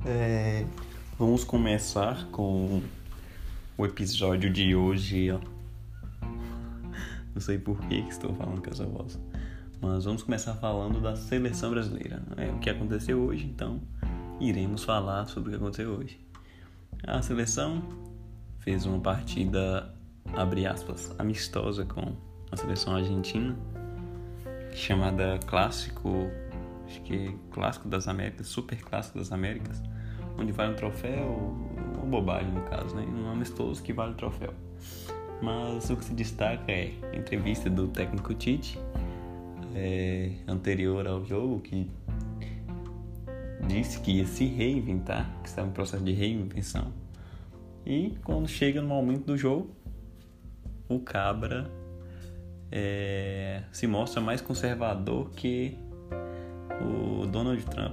É, Vamos começar com o episódio de hoje, ó. Não sei por que estou falando com essa voz, mas vamos começar falando da seleção brasileira. É o que aconteceu hoje, então iremos falar sobre o que aconteceu hoje. A seleção fez uma partida, abre aspas, amistosa com a seleção argentina, chamada Clássico, acho que Clássico das Américas, Super Clássico das Américas, onde vale um troféu, uma bobagem no caso, né? Um amistoso que vale o troféu. Mas o que se destaca é a entrevista do técnico Tite, anterior ao jogo, que disse que ia se reinventar, que estava em processo de reinvenção. E quando chega no momento do jogo, o cabra se mostra mais conservador que o Donald Trump.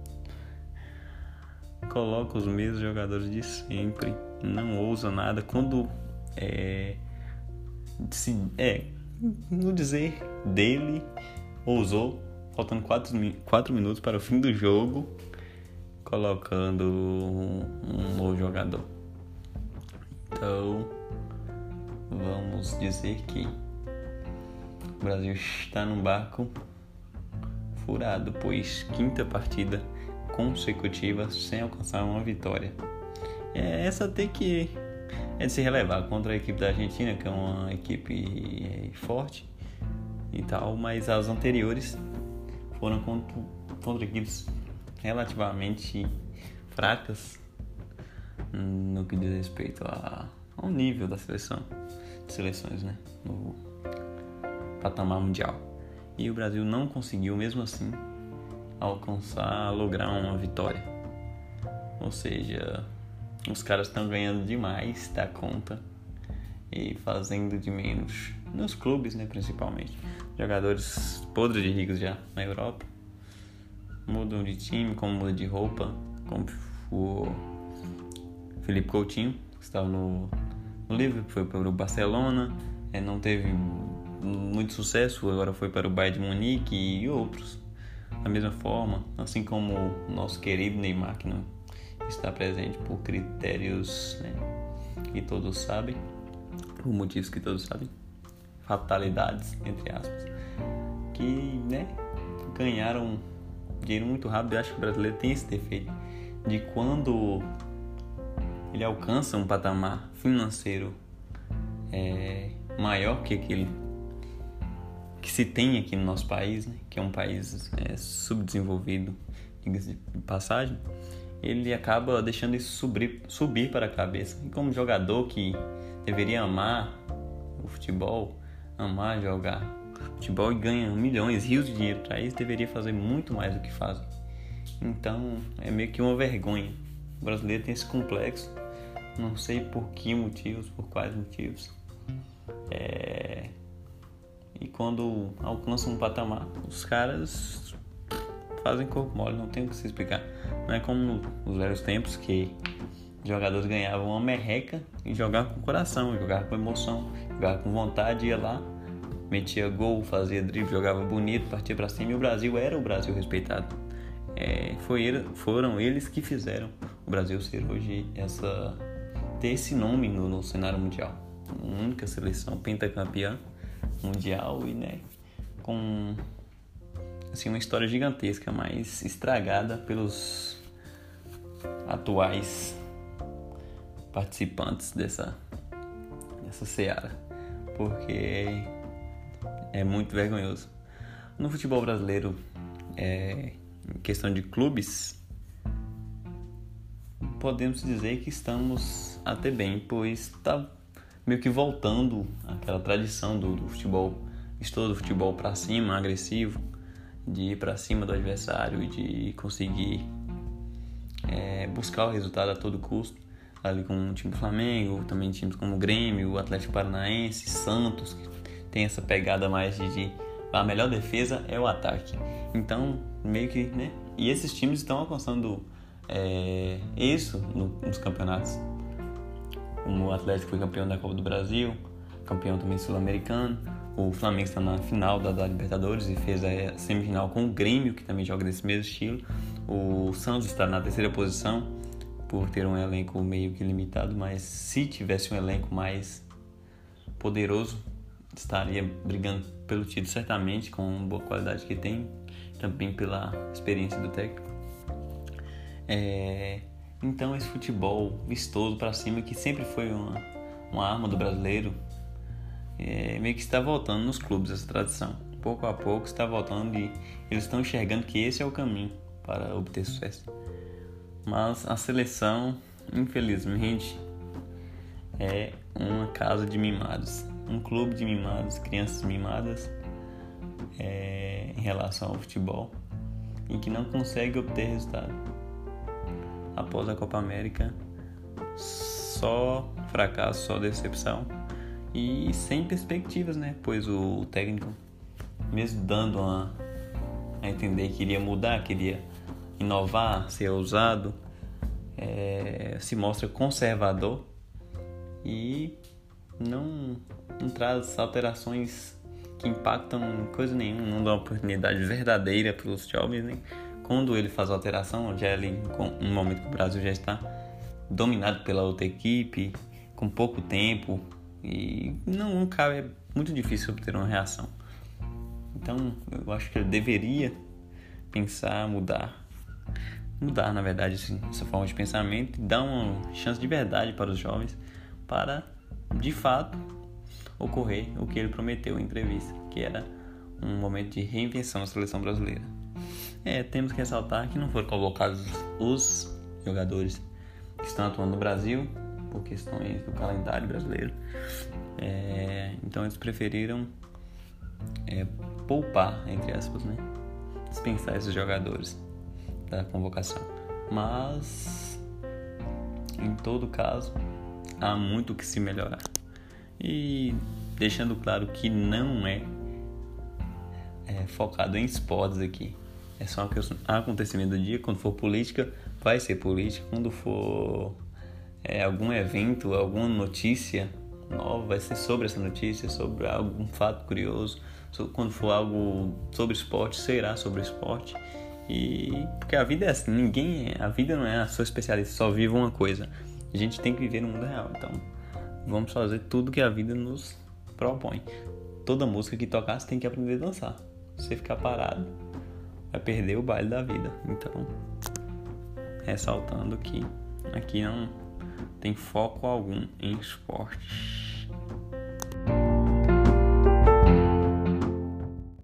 Coloca os mesmos jogadores de sempre, não ousa nada. Quando no dizer dele, ousou, faltando 4 minutos para o fim do jogo, colocando um novo jogador. Então, vamos dizer que o Brasil está num barco furado, pois quinta partida consecutiva sem alcançar uma vitória. Essa até que é de se relevar contra a equipe da Argentina, que é uma equipe forte e tal, mas as anteriores foram contra equipes relativamente fracas no que diz respeito ao nível da seleções, né, no patamar mundial. E o Brasil não conseguiu, mesmo assim, lograr uma vitória. Ou seja, os caras estão ganhando demais da conta e fazendo de menos nos clubes, né, principalmente. Jogadores podres de ricos já na Europa mudam de time, como muda de roupa, como o Felipe Coutinho, que estava no Liverpool, foi para o Barcelona, não teve muito sucesso, agora foi para o Bayern de Munique e outros. Da mesma forma, assim como o nosso querido Neymar, que não está presente por critérios, né, que todos sabem, por motivos que todos sabem, fatalidades, entre aspas, que, né, ganharam dinheiro muito rápido. Eu acho que o brasileiro tem esse defeito de quando ele alcança um patamar financeiro maior que aquele que se tem aqui no nosso país, né, que é um país subdesenvolvido, diga-se de passagem, ele acaba deixando isso subir para a cabeça. E como jogador que deveria amar o futebol, amar jogar futebol e ganha milhões, rios de dinheiro para isso, deveria fazer muito mais do que faz. Então é meio que uma vergonha. O brasileiro tem esse complexo, não sei por que motivos, por quais motivos. E quando alcançam um patamar, os caras fazem corpo mole, não tem o que se explicar. Não é como nos velhos tempos que os jogadores ganhavam uma merreca e jogavam com coração, jogavam com emoção, jogavam com vontade, ia lá, metia gol, fazia drible, jogava bonito, partia pra cima, e o Brasil era o Brasil respeitado. Foram eles que fizeram o Brasil ser hoje ter esse nome no cenário mundial. A única seleção pentacampeã mundial e, né, com assim, uma história gigantesca, mas estragada pelos atuais participantes dessa seara, porque é muito vergonhoso. No futebol brasileiro, em questão de clubes, podemos dizer que estamos até bem, pois está meio que voltando aquela tradição do futebol, do futebol para cima, agressivo, de ir para cima do adversário e de conseguir buscar o resultado a todo custo, ali com o time do Flamengo, também times como o Grêmio, o Atlético Paranaense, Santos, que tem essa pegada mais de a melhor defesa é o ataque. Então, meio que, né? E esses times estão alcançando isso nos campeonatos. O Atlético foi campeão da Copa do Brasil, campeão também sul-americano. O Flamengo está na final da Libertadores e fez a semifinal com o Grêmio, que também joga desse mesmo estilo. O Santos está na terceira posição por ter um elenco meio que limitado, mas se tivesse um elenco mais poderoso, estaria brigando pelo título certamente, com a boa qualidade que tem, também pela experiência do técnico. Então esse futebol vistoso para cima, que sempre foi uma arma do brasileiro, meio que está voltando nos clubes, essa tradição. Pouco a pouco está voltando e eles estão enxergando que esse é o caminho para obter sucesso. Mas a seleção, infelizmente, é uma casa de mimados, um clube de mimados, crianças mimadas em relação ao futebol, e que não consegue obter resultado. Após a Copa América, só fracasso, só decepção e sem perspectivas, né? Pois o técnico, mesmo dando a entender que iria mudar, queria inovar, ser ousado, se mostra conservador e não traz alterações que impactam em coisa nenhuma, não dá uma oportunidade verdadeira para os jovens, né? Quando ele faz a alteração, já ali, no momento que o Brasil já está dominado pela outra equipe, com pouco tempo, e não cabe, é muito difícil obter uma reação. Então eu acho que ele deveria pensar, mudar na verdade essa forma de pensamento, e dar uma chance de verdade para os jovens, para de fato ocorrer o que ele prometeu em entrevista, que era um momento de reinvenção da seleção brasileira. Temos que ressaltar que não foram convocados os jogadores que estão atuando no Brasil por questões do calendário brasileiro, então eles preferiram poupar, entre aspas, né? Dispensar esses jogadores da convocação. Mas em todo caso há muito que se melhorar, e deixando claro que não é focado em esportes aqui, é só um acontecimento do dia. Quando for política, vai ser política. Quando for algum evento, alguma notícia nova, vai ser sobre essa notícia, sobre algum fato curioso. Quando for algo sobre esporte, será sobre esporte. E porque a vida é assim, a vida não é a sua especialista, só vive uma coisa. A gente tem que viver no mundo real, então vamos fazer tudo que a vida nos propõe. Toda música que tocar, você tem que aprender a dançar. Se você ficar parado, vai perder o baile da vida. Então, ressaltando que aqui não tem foco algum em esporte.